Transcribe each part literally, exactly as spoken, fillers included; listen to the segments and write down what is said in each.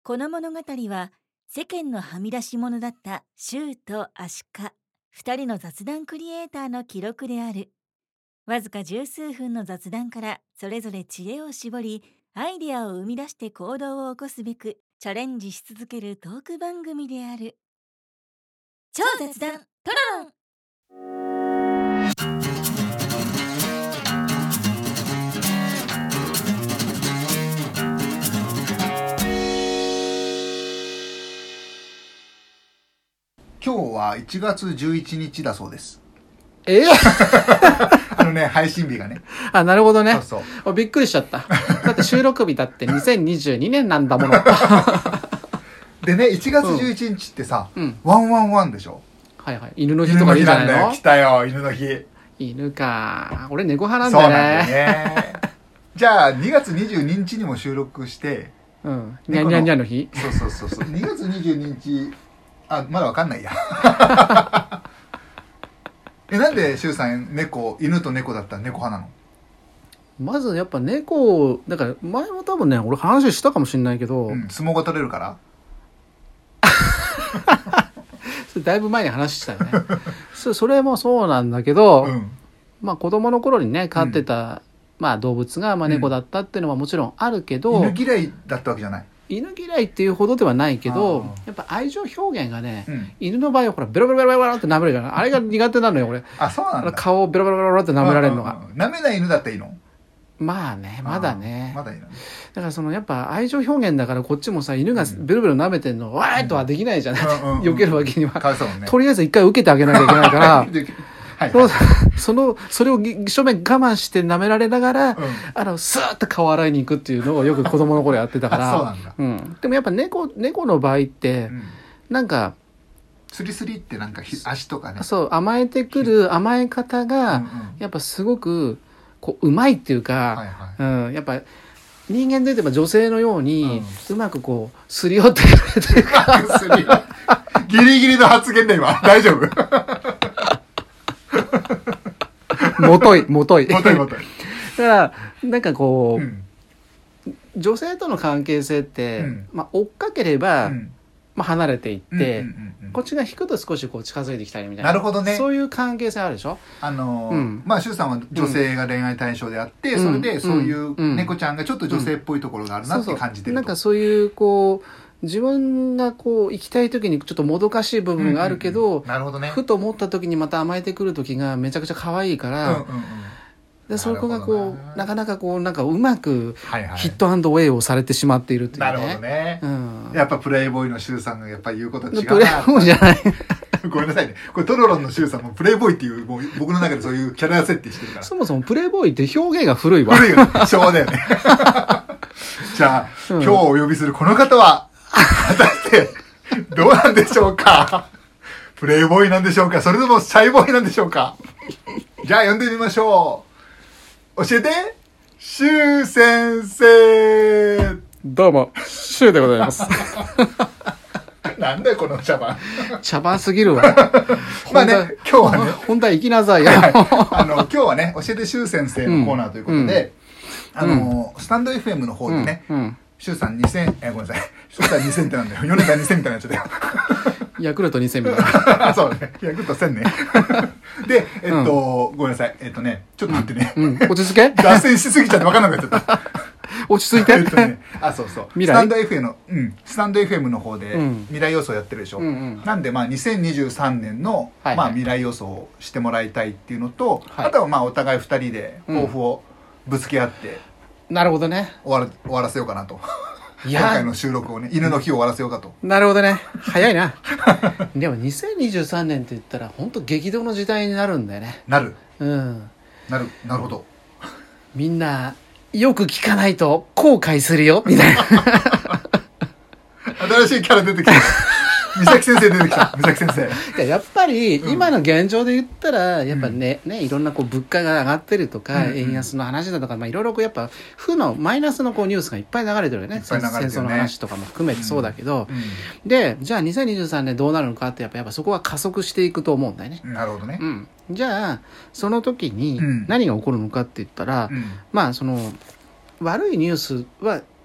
この物語は世間のはみ出し者だったシューとアシカ二人の雑談クリエイターの記録である。わずか十数分の雑談からそれぞれ知恵を絞り、アイデアを生み出して行動を起こすべくチャレンジし続けるトーク番組である。超雑談トロロン。 今日はいちがつじゅういちにちだそうです。 えあのね、配信日がね。 あ、なるほどね。 そうそう。びっくりしちゃった。だって収録日だってにせんにじゅうにねんなんだもの。 でね、いちがつじゅういちにちってさ、 うん、 ワンワンワンでしょ。 はいはい。犬の日とかいいんじゃないの？ 犬の日なんだよ。来たよ、犬の日。 犬か。俺猫派なんだよね。 そうなんだよね。じゃあ、にがつにじゅうににちにも収録して、 うん。にゃんにゃんにゃんの日？ そうそうそうそう。にがつにじゅうににち、あ、まだわかんないや。え、なんでシュウさん猫、犬と猫だったら猫派なの？ まずやっぱ猫、だから前も多分ね、俺話したかもしれないけど、 うん、相撲が取れるからそれだいぶ前に話したよね。そ, それもそうなんだけど、うん、まあ子供の頃にね、飼ってた、うん、まあ動物がまあ猫だったっていうのはもちろんあるけど、 犬嫌いだったわけじゃない？ 犬嫌いっていうほどではないけど、やっぱ愛情表現がね、うん、犬の場合はほらベロベロベロベロって舐めるじゃない。あれが苦手なのよ俺。 あ、そうなんだ。 顔をベロベロベロって舐められるのが。 舐めない犬だっていいの？ まあね、まだね。 まだいいの。 だからそのやっぱ愛情表現だからこっちもさ、犬がベロベロ舐めてんの、わーいとはできないじゃない。避けるわけには。 ね、 とりあえず一回受けてあげなきゃいけないから。はいはい、そのそれを正面我慢して舐められながら、うん、あのスーッと顔洗いに行くっていうのをよく子供の頃やってたからそうなんだ、 うん、でもやっぱ猫猫の場合って、うん、なんかスリスリってなんか足とかね、 そう甘えてくる甘え方が、うんうん、やっぱすごくこううまいっていうか、はいはい、うん、やっぱ人間で言えば女性のように、うん、うまくこうすり寄ってくれてるかギリギリの発言で今大丈夫？ もとい、もとい。 もといもとい。 だから、なんかこう、うん、女性との関係性って、うん、まあ、追っかければ、うん、まあ、離れていって、うんうんうんうん、こっちが引くと少しこう近づいてきたりみたいな。 なるほどね。 そういう関係性あるでしょ？ あのー、うん、まあ、シュウさんは女性が恋愛対象であって、うん、それでそういう猫ちゃんがちょっと女性っぽいところがあるなって感じてると。 なんかそういう、こう、自分がこう行きたい時にちょっともどかしい部分があるけど、 うんうんうん、なるほどね、 ふと思った時にまた甘えてくる時がめちゃくちゃ可愛いから、うんうんうん、でそこがこう な, なかなかこうなんかうまくヒットアンドウェイをされてしまっているっていうね。 なるほどね、うん、やっぱプレイボーイのシュウさんがやっぱり言うことは違うな。 プレイボーイじゃないごめんなさいね。これトロロンのシュウさんもプレイボーイっていうもう僕の中でそういうキャラ設定してるから。 そもそもプレイボーイって表現が古いわ。 古いよね。昭和だよね。じゃあ、うん、今日お呼びするこの方は果たしてどうなんでしょうか？プレイボーイなんでしょうか？それともシャイボーイなんでしょうか？じゃあ呼んでみましょう。教えて、シュウ先生。 どうも、シュウでございます。 なんだよこの茶番。 茶番すぎるわ。 まあね、今日はね、 本題行きなさいよ。 はい、あの今日はね、教えてシュウ先生のコーナーということで、うん、あの、うん、スタンド エフエム の方でね、うんうんシュウさんにせん、え、ごめんなさい。シュウさんにせんってなんだよ。よねんかんにせんみたいになっちゃったよ。 ヤクルトにせんみたいな。 そうね。ヤクルトせんね。で、えっと、うん、ごめんなさい。えっとね、ちょっと待ってね。 うん、落ち着け脱線しすぎちゃって分かんなくなっちゃった。 落ち着いて。 えっとね、あ、そうそう。スタンド エフエム の、うん、スタンド エフエム の方で未来予想やってるでしょ。うんうん、なんで、まあ、にせんにじゅうさんねんの、はいはい、まあ、未来予想をしてもらいたいっていうのと、はい、あとはまあ、お互いふたりで抱負をぶつけ合って、 うん、なるほどね。 終わら、終わらせようかなと。今回の収録をね、犬の日を終わらせようかと。 なるほどね。早いな。でもにせんにじゅうさんねんって言ったら本当激動の時代になるんだよね。 なる。 うん。 なる、なるほど。 みんな、よく聞かないと後悔するよ、みたいな。 新しいキャラ出てきた。三崎先生出てきた。三崎先生。 いや、やっぱり、今の現状で言ったら、やっぱね、うん、ね、いろんなこう物価が上がってるとか、うんうん、円安の話だとか、まあいろいろこうやっぱ、負の、マイナスのこうニュースがいっぱい流れてるよね。戦争の話とかも含めてそうだけど、うんうん、で、じゃあにせんにじゅうさんねんどうなるのかって、やっぱ、やっぱそこは加速していくと思うんだよね。 なるほどね。 うん。じゃあ、その時に何が起こるのかって言ったら、うん、まあその、悪いニュースは、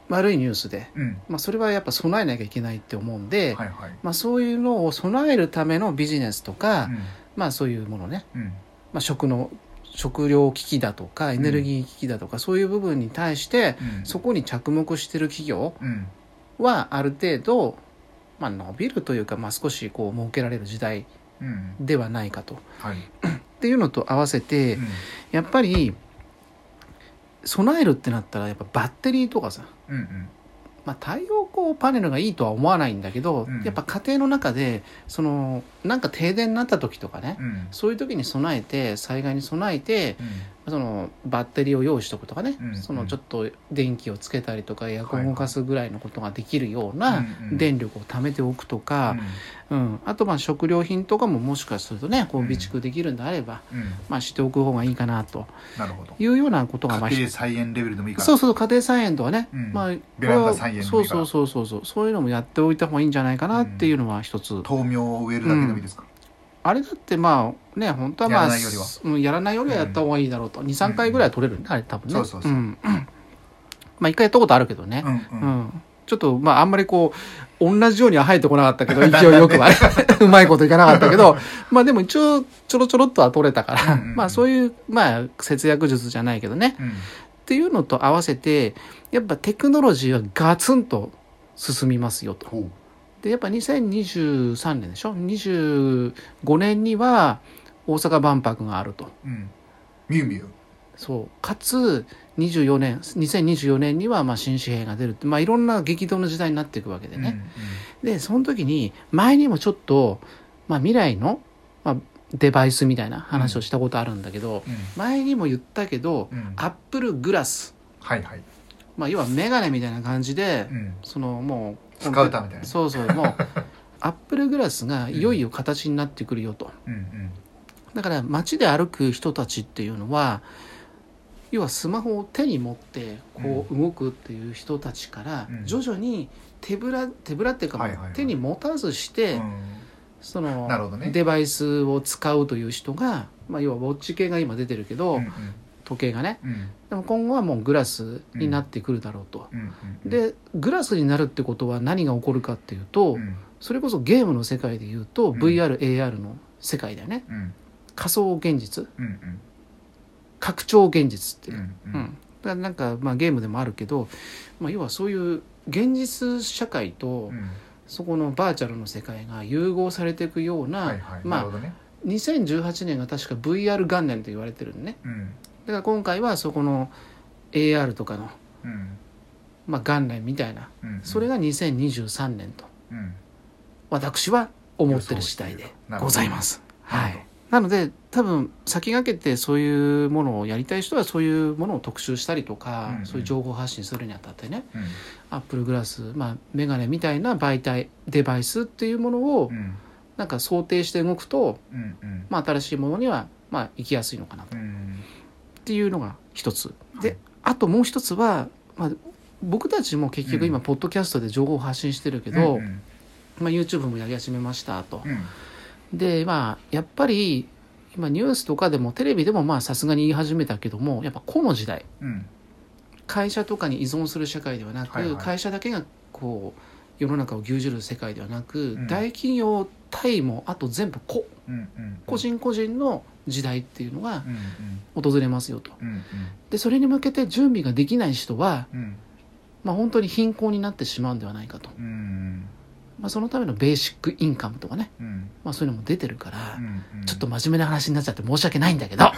悪いニュースで、 うんまあ、それはやっぱ備えなきゃいけないって思うんで、 はいはいまあ、そういうのを備えるためのビジネスとか、 うんまあ、そういうものね、 うんまあ、食の食料危機だとかエネルギー危機だとか、そういう部分に対してうんそこに着目してる企業うんはある程度、まあ、伸びるというか、まあ、少しこう設けられる時代うんではないかと。 はいっていうのと合わせて、 うんやっぱり備えるってなったらやっぱバッテリーとかさ、 うんうんまあ、太陽光パネルがいいとは思わないんだけど、 うんやっぱ家庭の中でそのなんか停電になった時とかね、 うんそういう時に備えて災害に備えてうんそのバッテリーを用意しておくとかね、 うんそのちょっと電気をつけたりとかエアコンを動かすぐらいのことができるような電力を貯めておくとか、うん、あとまあ食料品とかももしかするとねこう備蓄できるんであれば、 うんうんまあ、しておく方がいいかなとなるほどいうようなことがまあ家庭菜園レベルでもいいからそうそう家庭菜園とかね、 うんまあ、 ベランダ菜園でもいいからそうそうそうそうそういうのもやっておいた方がいいんじゃないかなっていうのは一つ、 豆苗を植えるだけでもいいですか、 あれだってまあね本当はまあやらないよりはうんやらないよりはやった方がいいだろうと、にさんかいぐらいは取れるねあれ多分ねそうそうそうんまあ一回やったことあるけどね、 うんううんんちょっとまああんまりこう同じようには生えてこなかったけど勢いよくはねうまいこといかなかったけどまあでも一応ちょろちょろっとは取れたから、 うんうんうんまあそういうまあ節約術じゃないけどね、 うんっていうのと合わせてやっぱテクノロジーはガツンと進みますよと。 ほうでやっぱにせんにじゅうさんねんでしょにじゅうごねんには大阪万博があると。 うんミュウミュウそうかつにじゅうよねんにせんにじゅうよねんにはまあ新紙幣が出るって、まあ、いろんな激動の時代になっていくわけでね、でその時に前にもちょっと、まあ、未来の、まあ、デバイスみたいな話をしたことあるんだけど、 うんうん前にも言ったけど、 うんアップルグラス、 はいはいまあ、要はメガネみたいな感じで、 うんそのもうスカウターみたいなそうそうもうアップルグラスがいよいよ形になってくるよと。 うんうんだから街で歩く人たちっていうのは要はスマホを手に持ってこう動くっていう人たちからうん徐々に手ぶら手ぶらっていうかはいはいはい手に持たずしてうんそのなるほどねデバイスを使うという人がまあ要はウォッチ系が今出てるけどうん時計がねうんでも今後はもうグラスになってくるだろうと。 うんうんでグラスになるってことは何が起こるかっていうとうんそれこそゲームの世界でいうとうんブイアール、エーアール の世界だよね。 うん仮想現実うんうん拡張現実っていうう、 んうんだからなんかまあゲームでもあるけど、まあ、要はそういう現実社会とうんそこのバーチャルの世界が融合されていくような、 はいはいなるまあほどねにせんじゅうはちねんが確か ブイアール 元年と言われてるんね。 うんだから今回はそこの エーアール とかの、 うんまあ、元年みたいなうんそれがにせんにじゅうさんねんとうん私は思ってる次第でございます。はいなるほどなので多分先駆けてそういうものをやりたい人はそういうものを特集したりとか、 うんうんそういう情報発信するにあたってねうんアップルグラス、まあ、メガネみたいな媒体デバイスっていうものをうんなんか想定して動くと、 うんうんまあ、新しいものにはまあ行きやすいのかなと、っうんていうのが一つはいであともう一つは、まあ、僕たちも結局今うんポッドキャストで情報を発信してるけど、 うんまあ、YouTube もやり始めましたと。 うんでまあやっぱり今ニュースとかでもテレビでもまあさすがに言い始めたけどもやっぱこの時代うん会社とかに依存する社会ではなく、 はいはい会社だけがこう世の中を牛耳る世界ではなく、 ん大企業対もあと全部個うんうん個人個人の時代っていうのがうん訪れますよと。 うんうんでそれに向けて準備ができない人は、 うんまあ、本当に貧困になってしまうんではないかと、 うんまあ、そのためのベーシックインカムとかね、 うんまあ、そういうのも出てるから、 うんちょっと真面目な話になっちゃって申し訳ないんだけどい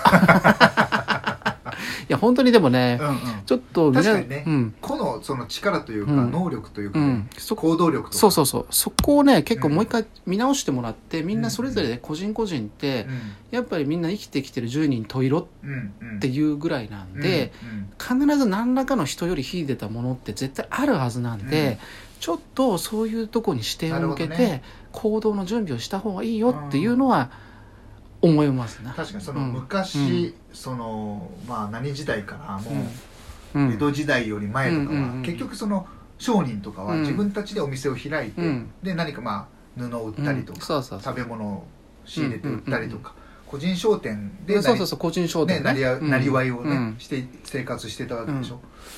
や本当にでもね、 うんうんちょっと皆確かにねうん個のその力というかうん能力というかねうん、そ行動力とかそうそうそうそこをね結構もう一回見直してもらってみんなそれぞれで個人個人ってやっぱりみんな生きてきてるじゅうにん十色うんうんうんっていうぐらいなんでうん必ず何らかの人より秀でたものって絶対あるはずなんで、 うんちょっとそういうとこに視点を向けて、 なるほどね行動の準備をした方がいいよっていうのは思いますね。 確かにそのうん昔そのまあ何時代からもうんう江戸時代より前とかうんうんうんは結局その商人とかはうん自分たちでお店を開いてうんで何かまあ布を売ったりとうんかそうそうそう食べ物を仕入れて売ったりとか個人商店でそうそうそう個人商店ねなりわうんなりわいをねうんして生活してたわけでしょ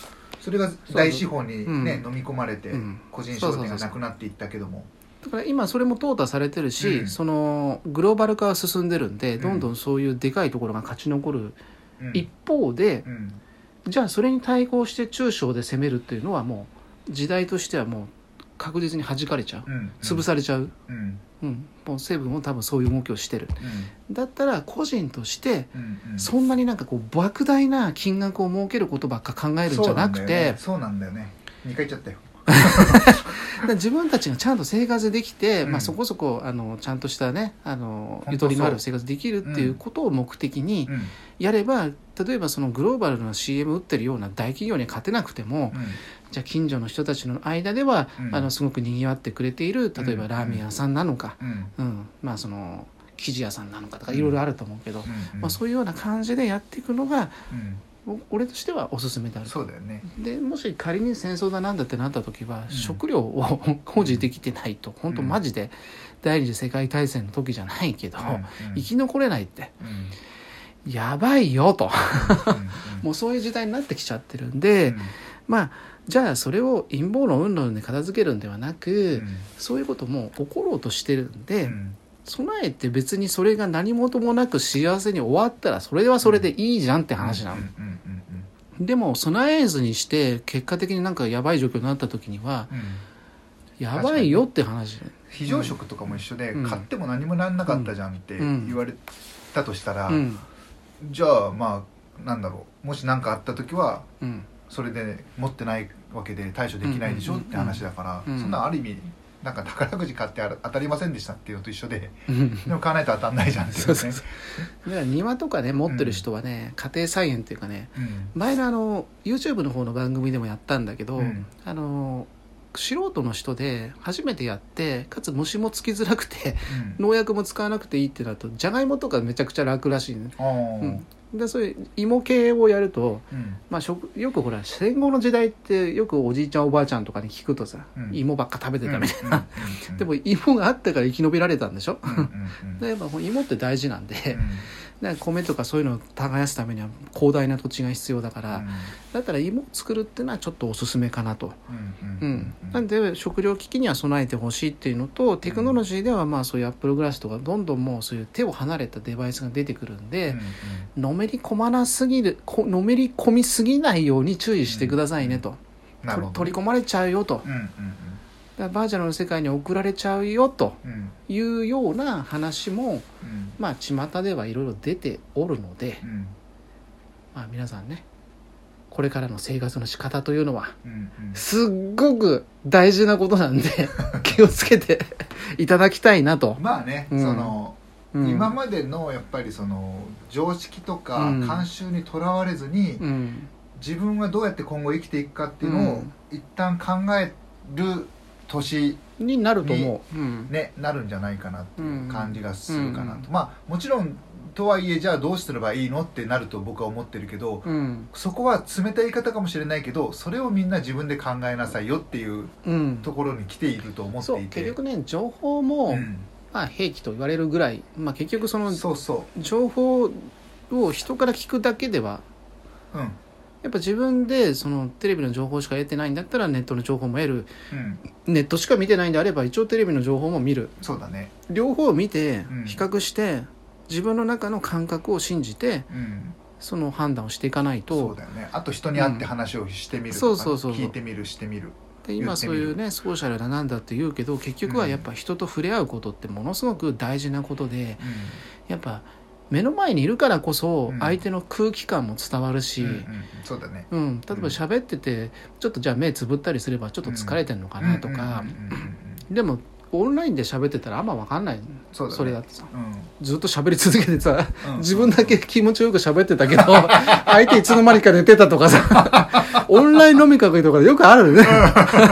それが大資本にね、 うん、 飲み込まれて、うん、個人商店がなくなっていったけども、 だから今それも淘汰されてるし、うん、そのグローバル化が進んでるんで、うん、どんどんそういうでかいところが勝ち残る、うん、一方で、うん、じゃあそれに対抗して中小で攻めるっていうのはもう時代としてはもう確実に弾かれちゃう、うん、潰されちゃう、うんうん、もうセブンも多分そういう動きをしてる、うん、だったら個人としてそんなになんかこう莫大な金額を設けることばっか考えるんじゃなくて、 そうなんだよね、にかい言っちゃったよ自分たちがちゃんと生活できて、うん、まあ、そこそこあのちゃんとしたねあのゆとりのある生活できるっていうことを目的にやれば、うん、例えばそのグローバルな シーエム 打ってるような大企業に勝てなくても、うん、じゃあ近所の人たちの間では、うん、あのすごくにぎわってくれている例えばラーメン屋さんなのか、うんうん、まあその生地屋さんなのかとかいろいろあると思うけど、うん、まあ、そういうような感じでやっていくのが、うん、俺としてはおすすめである。 そうだよね。 でもし仮に戦争だなんだってなった時は、うん、食料を保持できてないと、うん、本当マジで第二次世界大戦の時じゃないけど、うんうん、生き残れないって、うん、やばいよともうそういう時代になってきちゃってるんで、うん、まあじゃあそれを陰謀論云々で片付けるんではなく、うん、そういうことも起ころうとしてるんで、うん、備えて別にそれが何事もなく幸せに終わったらそれはそれでいいじゃんって話なの。でも備えずにして結果的になんかやばい状況になった時には、うん、やばいよって話。 非常食とかも一緒で、うん、買っても何もなんなかったじゃんって言われたとしたら、うん、じゃあまあなんだろう、もし何かあった時は、うん、それで持ってないわけで対処できないでしょって話だから、うんうんうん、そんなある意味なんか宝くじ買って当たりませんでしたっていうのと一緒ででも買わないと当たんないじゃんっていうね。そうそうそうだから庭とかね持ってる人はね、うん、家庭菜園っていうかね、うん、前のあの YouTube の方の番組でもやったんだけど、うん、あの素人の人で初めてやってかつ虫もつきづらくて、うん、農薬も使わなくていいってなるとじゃがいもとかめちゃくちゃ楽らしいね。うん、でそういう芋系をやると、うんまあ、食よくほら戦後の時代ってよくおじいちゃんおばあちゃんとかに聞くとさ、うん、芋ばっか食べてたみたいな、でも芋があったから生き延びられたんでしょ、うんうんうん、でやっぱ芋って大事なんで、うん、米とかそういうのを耕すためには広大な土地が必要だから、うん、だったら芋を作るっていうのはちょっとおすすめかなと、うんうんうん、なんで食料危機には備えてほしいっていうのとテクノロジーではまあそういうアップルグラスとかどんどんもうそういう手を離れたデバイスが出てくるんで、うんうん、のめり込まなすぎるのめり込みすぎないように注意してくださいねと、うんうん、取り込まれちゃうよと、うんうんうん、だからバーチャルの世界に送られちゃうよというような話も、うん、まあ巷ではいろいろ出ておるので、うん、まあ皆さんねこれからの生活の仕方というのは、うんうん、すっごく大事なことなんで気をつけていただきたいなと。 まあね、うん、そのうん、今までのやっぱりその常識とか慣習にとらわれずに、うん、自分はどうやって今後生きていくかっていうのを一旦考える年になると思う、 ね、なるんじゃないかなっていう感じがするかなと、うん、まあもちろんとはいえじゃあどうすればいいのってなると僕は思ってるけど、うん、そこは冷たい言い方かもしれないけどそれをみんな自分で考えなさいよっていうところに来ていると思っていて、うん、そう結局ね情報も、うんまあ、兵器と言われるぐらい、まあ、結局その情報を人から聞くだけでは、うん、やっぱ自分でそのテレビの情報しか得てないんだったらネットの情報も得る、うん、ネットしか見てないんであれば一応テレビの情報も見る。 そうだね。 両方を見て比較して、うん、自分の中の感覚を信じて、うん、その判断をしていかないと。 そうだよね。あと人に会って話をしてみるとか、うん、そうそうそうそう聞いてみるしてみる。 で今そういうねソーシャルだなんだって言うけど結局はやっぱ人と触れ合うことってものすごく大事なことで、うん、やっぱ目の前にいるからこそ相手の空気感も伝わるし、うんうんうん、 そうだね、 うん、例えば喋っててちょっとじゃあ目つぶったりすればちょっと疲れてるのかなとか、でもオンラインで喋ってたらあんま分かんない。 そ,、ね、それだってさ、うん、ずっと喋り続けてさ、うん、自分だけ気持ちよく喋ってたけど相手いつの間にか寝てたとかさオンライン飲み会とかでよくあるよね、うん、だ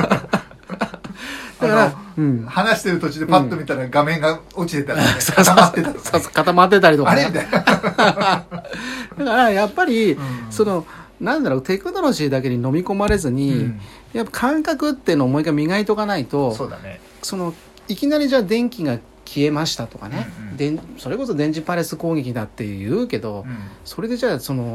から、うん、話してる途中でパッと見たら画面が落ちてたり、ね、うん、固まってたり、ね、 固まってたりとか、ね、 あれみたいなだからやっぱり、うん、そのなんだろうテクノロジーだけに飲み込まれずに、うん、やっぱ感覚っていうのをもう一回磨いとかないと、 そうだね、 そのいきなりじゃあ電気が消えましたとかね、うんうん、でそれこそ電磁パレス攻撃だって言うけど、うん、それでじゃあその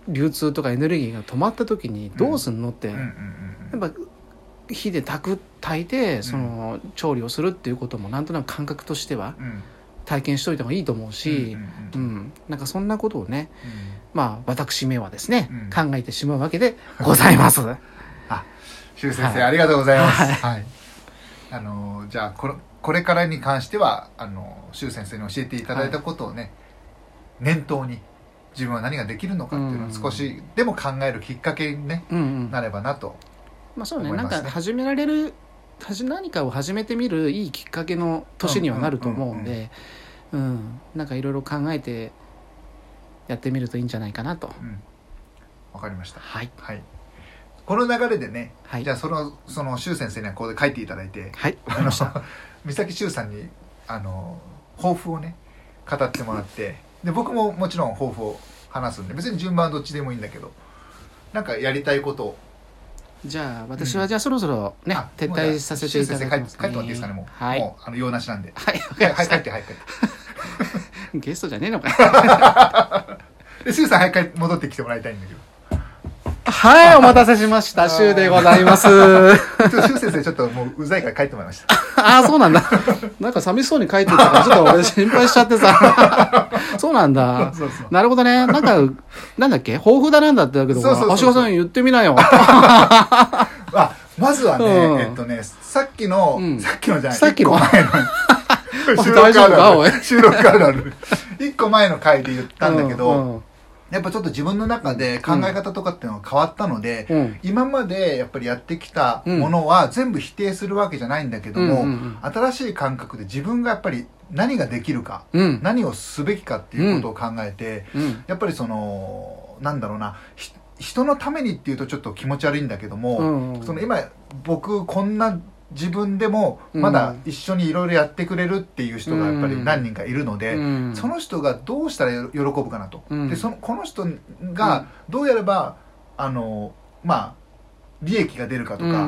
流通とかエネルギーが止まった時にどうすんのって、 うんうんうんうん、 やっぱ火で炊く炊いてその調理をするっていうこともなんとなく感覚としては体験しといた方がいいと思うし、うんうんうんうん、なんかそんなことをね、うん、まあ私めはですね、うん、考えてしまうわけでございます。 あ、周先生、はい、ありがとうございます。 はいはい、あのじゃあこれこれからに関してはあの周先生に教えていただいたことをね、はい、念頭に自分は何ができるのかっていうのを少しでも考えるきっかけに、ね、うんうん、なればなと。 まあそうね、なんか始められる何かを始めてみるいいきっかけの年にはなると思うんで、うん、うんうん、なんかいろいろ考えてやってみるといいんじゃないかなと。わ、 うん、かりました。 はい。 はい。この流れでね、 はい、 じゃあそのその周先生にはここで書いていただいて、 はい。わかりました。 三崎周さんにあの抱負をね語ってもらって、で僕ももちろん抱負を話すんで、別に順番はどっちでもいいんだけど、なんかやりたいことを。 じゃあ私はじゃあそろそろね、うん、撤退させていただきます、ね、 帰ってもらっていいですかね。もう、 はい、 もうあの用なしなんで。 はい、 はい、はい、帰ってはい帰ってゲストじゃねえのかでシュウさん早く戻ってきてもらいたいんだけど。 はい、お待たせしました。シュウでございます。シュウ先生ちょっともううざいから帰ってもらいました。 ああ、そうなんだ。なんか寂しそうに帰ってたからちょっと俺心配しちゃってさ。そうなんだ。そうそう、なるほどね。なんかなんだっけ、豊富だなんだってだけど、足利さん言ってみなよ。 あ、まずはね、うん、えっとね、さっきの、うん、さっきのじゃない、 さっきの前の収録あるある、収録あるある。一個前の回で言ったんだけど、うんうん、やっぱちょっと自分の中で考え方とかっていうのが変わったので、うん、今までやっぱりやってきたものは全部否定するわけじゃないんだけども、うんうんうん、新しい感覚で自分がやっぱり何ができるか、うん、何をすべきかっていうことを考えて、うん、やっぱりそのなんだろうな、人のためにっていうとちょっと気持ち悪いんだけども、うんうん、その今僕こんな自分でもまだ一緒にいろいろやってくれるっていう人がやっぱり何人かいるので、うん、その人がどうしたら喜ぶかなと、うん、でそのこの人がどうやればあのまあ利益が出るかとか、うんうん、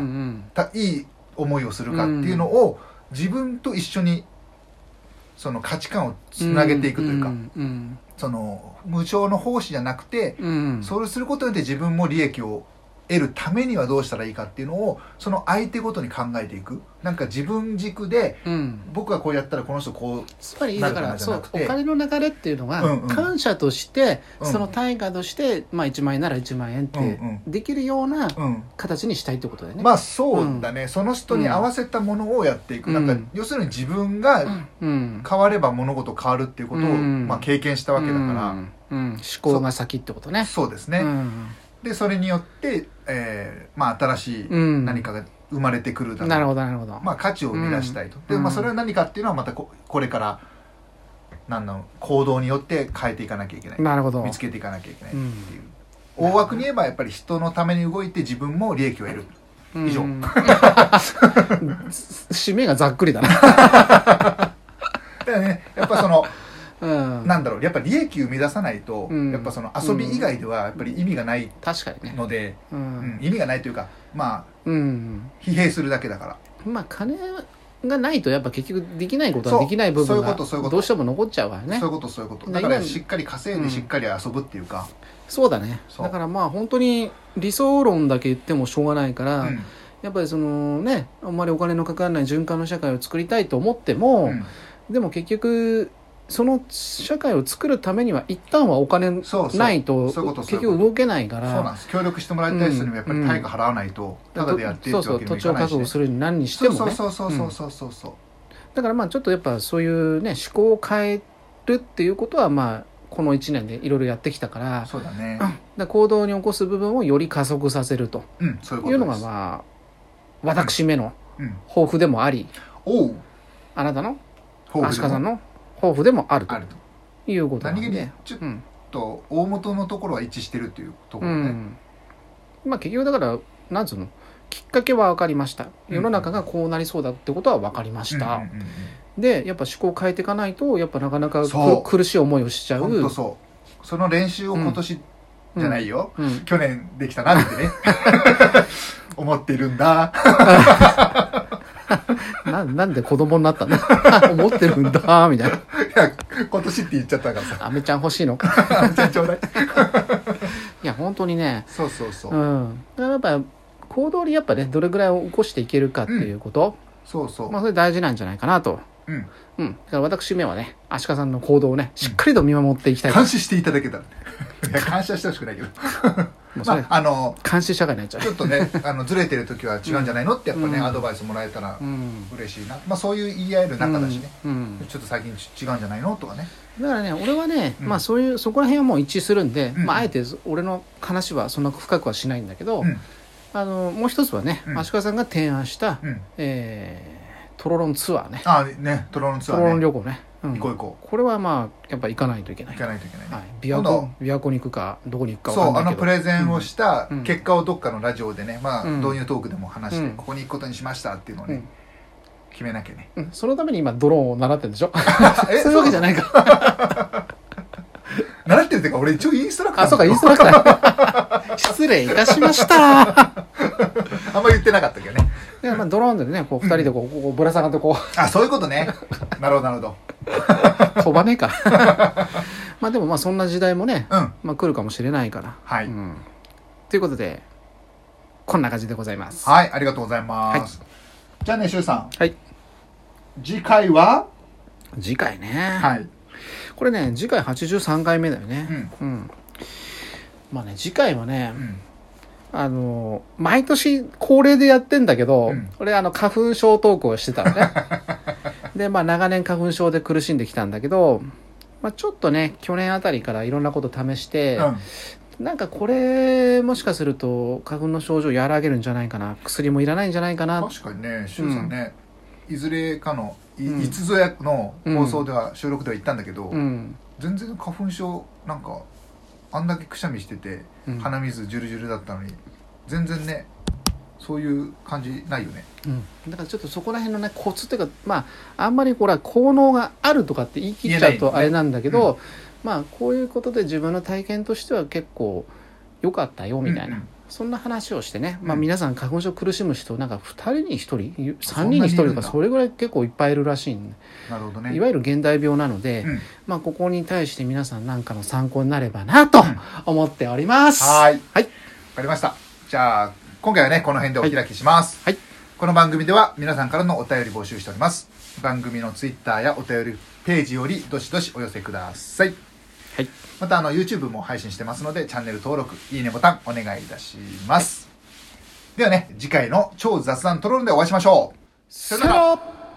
たいい思いをするかっていうのを自分と一緒にその価値観をつなげていくというか、うんうんうん、その無償の奉仕じゃなくて、うん、それをすることによって自分も利益を得るためにはどうしたらいいかっていうのをその相手ごとに考えていく。なんか自分軸で、うん、僕がこうやったらこの人こうつまりだからそうお金の流れっていうのは、うんうん、感謝として、うん、その対価として、まあ、いちまん円ならいちまん円ってできるような形にしたいってことだよね、うん、 まあそうだね、うん、その人に合わせたものをやっていく、うん、なんか要するに自分が変われば物事変わるっていうことを、まあ、経験したわけだから、うんうん、思考が先ってことね。 そうですね、うん、でそれによって、えーまあ、新しい何かが生まれてくるだろう、うん、 なるほどなるほど、 まあ、価値を生み出したいと、うん、で、まあ、それは何かっていうのはまた こ, これから何の行動によって変えていかなきゃいけない、 なるほど、 見つけていかなきゃいけないっていう、うん、大枠に言えばやっぱり人のために動いて自分も利益を得る、以上、うん、 締めがざっくりだなだからね、やっぱそのうん、なんだろう、やっぱり利益を生み出さないと、うん、やっぱその遊び以外ではやっぱり意味がないので、うんうん、意味がないというか、まあ、うん、疲弊するだけだから、 まあ金がないとやっぱ結局できないことはできない部分がどうしても残っちゃうからね。 そういうことそういうことだからしっかり稼いでしっかり遊ぶっていうか、うん、 そうだね。だからまあ本当に理想論だけ言ってもしょうがないから、うん、やっぱりそのね、あんまりお金のかからない循環の社会を作りたいと思っても、うん、でも結局その社会を作るためには一旦はお金ないと結局動けないから、 そうなんです。協力してもらいたい人にもやっぱり対価払わないとただでやっていくわけにもいかないし、 そうそう、土地を確保するに何にしてもね、 そうそうそうそうそうそう、 だからまあちょっとやっぱそういうね思考を変えるっていうことはまあこのいちねんでいろいろやってきたから、 そうだね、 だ行動に起こす部分をより加速させるというのがまあ私めの抱負でもあり、 おう、 あなたの足利さんの抱負でもあるということなので、 何気にちょっと大元のところは一致してるっていうところで、うん、 まあ結局だからなんつうの、きっかけは分かりました、世の中がこうなりそうだってことは分かりました、うんうんうんうん、でやっぱ思考を変えていかないとやっぱなかなか苦しい思いをしちゃう。 本当そう、その練習を今年、うん、じゃないよ、うんうん、去年できたなってね思っているんだな, なんで子供になったんだ思ってるんだみたいな。いや今年って言っちゃったからさ。 アメちゃん欲しいのか。 アメちゃんちょうだい。 いや本当にね。 そうそうそう。 うん。だからやっぱ行動にやっぱね、どれぐらい起こしていけるかっていうこと、 うん、そうそう。 まあそれ大事なんじゃないかなと。 うん。 うん。だから私めはね、アシカさんの行動をね、しっかりと見守っていきたい、うん。 監視していただけたら、ね。いや、監視はしてほしくないけど。 もうそれ、まあ、 あの、 監視社会になっちゃう。 ちょっとね、あの、ずれてる時は違うんじゃないのってやっぱね、 うん、 アドバイスもらえたら嬉しいな。まあそういう言い合える仲だしね。うんうん、ちょっと最近違うんじゃないのとかね。 だからね、俺はね、うん、まあそういう、そこら辺はもう一致するんで、うん、まああえて俺の話はそんな深くはしないんだけど、うん、あの、もう一つはね、足利さんが提案した、うん、えー、トロロンツアーね。 ああ、ね、トロロンツアーね。 トロロン旅行ね。うん、 行こう行こう。 これはまあやっぱ行かないといけない。 行かないといけないね。はい、 琵琶湖、琵琶湖に行くかどこに行くか分かんないけど。 そう、あのプレゼンをした結果をどっかのラジオでね、まあ、うん、導入トークでも話して、うん、ここに行くことにしましたっていうのをね、うん、決めなきゃね、 うん。そのために今ドローンを習ってるんでしょ。え、そういうわけじゃないか。 習ってるっていうか俺一応インストラクター。 あ、そうかインストラクター。失礼いたしました。 あんまり言ってなかったけどね。 でまあ、ドローンでね、こう二人でこう、うん、こうぶら下がってこう。 あ、そういうことね。なるほどなるほど。 飛ばねえか。まあでもまあそんな時代もね、うん、まあ来るかもしれないから。 はい、 うん。ということで、こんな感じでございます。 はい、ありがとうございます。はい、じゃあね、しゅうさん。 はい。 次回は次回ね。 はい。 これね、次回はちじゅうさんかいめだよね。うん。うん、まあね、次回はね、うん、あの、毎年恒例でやってんだけど、うん、俺あの花粉症トークをしてたのね。で、まあ長年花粉症で苦しんできたんだけど、まあちょっとね、去年あたりからいろんなこと試して、うん、なんかこれ、もしかすると花粉の症状和らげるんじゃないかな、薬もいらないんじゃないかな。 確かにね、しゅうさんね、うん、いずれかの、い, うん、いつぞやの放送では、うん、収録では言ったんだけど、うん、全然花粉症なんかあんだけくしゃみしてて、うん、鼻水ジュルジュルだったのに全然ねそういう感じないよね、 うん、だからちょっとそこら辺のねコツっていうかまああんまりこれは効能があるとかって言い切っちゃうとあれなんだけど、ねうん、まあこういうことで自分の体験としては結構良かったよみたいな、うんうん、そんな話をしてね、まあ、皆さん花粉症苦しむ人なんかふたりにひとりさんにんにひとりとかそれぐらい結構いっぱいいるらしいんで、 なるほどね、 いわゆる現代病なので、うん、まあここに対して皆さんなんかの参考になればなと思っております、 うん、はいはいわかりました。じゃあ今回はねこの辺でお開きします、 はいはい、 この番組では皆さんからのお便り募集しております。番組のツイッターやお便りページよりどしどしお寄せください。 はい、 またあの YouTube も配信してますのでチャンネル登録いいねボタンお願いいたします、はい、ではね次回の超雑談トロロンでお会いしましょう。 さよなら。